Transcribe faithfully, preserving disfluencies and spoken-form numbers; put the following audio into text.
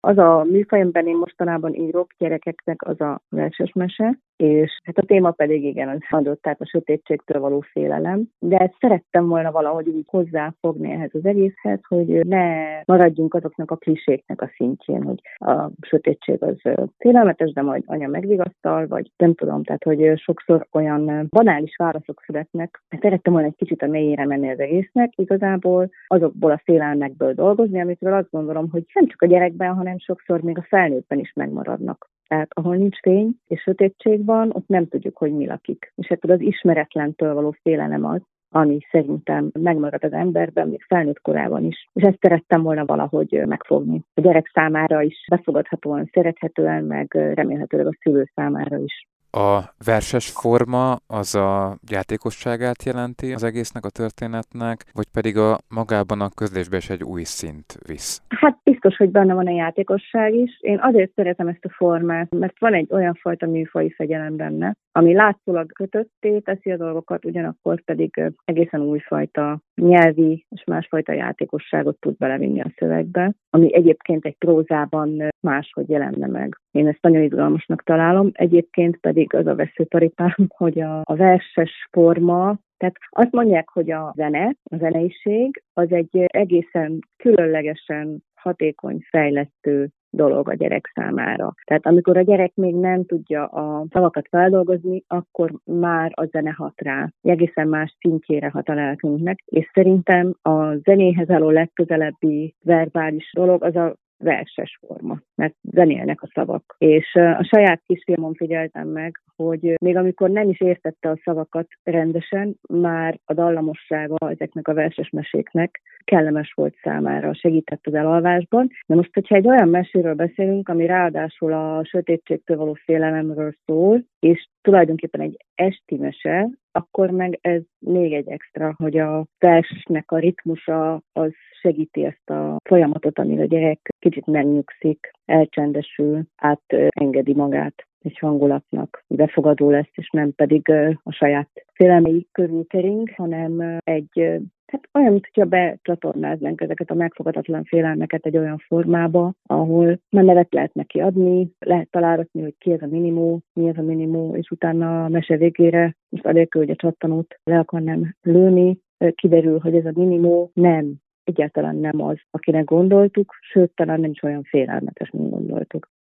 Az a műfaj, amiben én mostanában írok gyerekeknek, az a verses mese, és hát a téma pedig igen, az adott, tehát a sötétségtől való félelem. De ezt szerettem volna valahogy úgy hozzáfogni ehhez az egészhez, hogy ne maradjunk azoknak a kliséknek a szintjén, hogy a sötétség az félelmetes, de majd anya megvigasztal, vagy nem tudom, tehát hogy sokszor olyan banális válaszok születnek. Szerettem volna egy kicsit a mélyére menni az egésznek, igazából azokból a félelmekből dolgozni, amikről azt gondolom, hogy nem csak a gyerekben, hanem sokszor még a felnőttben is megmaradnak. Tehát ahol nincs fény és sötétség van, ott nem tudjuk, hogy mi lakik. És ettől az ismeretlentől való félelem az, ami szerintem megmarad az emberben, még felnőtt korában is. És ezt szerettem volna valahogy megfogni. A gyerek számára is befogadhatóan, szerethetően, meg remélhetőleg a szülő számára is. A verses forma az a játékosságát jelenti az egésznek, a történetnek, vagy pedig a magában a közlésbe is egy új szint visz? Hát biztos, hogy benne van a játékosság is. Én azért szeretem ezt a formát, mert van egy olyan fajta műfaji fegyelem benne, ami látszólag kötötté teszi a dolgokat, ugyanakkor pedig egészen újfajta nyelvi és másfajta játékosságot tud belevinni a szövegbe, ami egyébként egy prózában máshogy jelenne meg. Én ezt nagyon izgalmasnak találom, egyébként pedig az a veszőparipám, hogy a, a verses forma, tehát azt mondják, hogy a zene, a zeneiség az egy egészen különlegesen hatékony, fejlesztő dolog a gyerek számára. Tehát amikor a gyerek még nem tudja a szavakat feldolgozni, akkor már a zene hat rá. Egészen más szintjére hat a lelkünknek, és szerintem a zenéhez álló legközelebbi verbális dolog az a verses forma, mert zenélnek a szavak. És a saját kisfiamon figyeltem meg, hogy még amikor nem is értette a szavakat rendesen, már a dallamossága ezeknek a verses meséknek kellemes volt számára, segített az elalvásban. De most, hogyha egy olyan meséről beszélünk, ami ráadásul a sötétségtől való félelemről szól, és tulajdonképpen egy esti mese, akkor meg ez még egy extra, hogy a versnek a ritmusa az segíti ezt a folyamatot, amire a gyerek kicsit megnyugszik, elcsendesül, átengedi magát egy hangulatnak, befogadó lesz, és nem pedig a saját félelmei körül kering, hanem egy, hát olyan, mintha becsatornáznánk ezeket a megfogadatlan félelmeket egy olyan formába, ahol már nevet lehet neki adni, lehet találgatni, hogy ki ez a minimó, mi ez a minimó, és utána a mese végére, most anélkül, hogy a csattanót le akarnám lőni, kiderül, hogy ez a minimó nem, egyáltalán nem az, akinek gondoltuk, sőt, talán nem is olyan félelmetes, mint gondoltuk.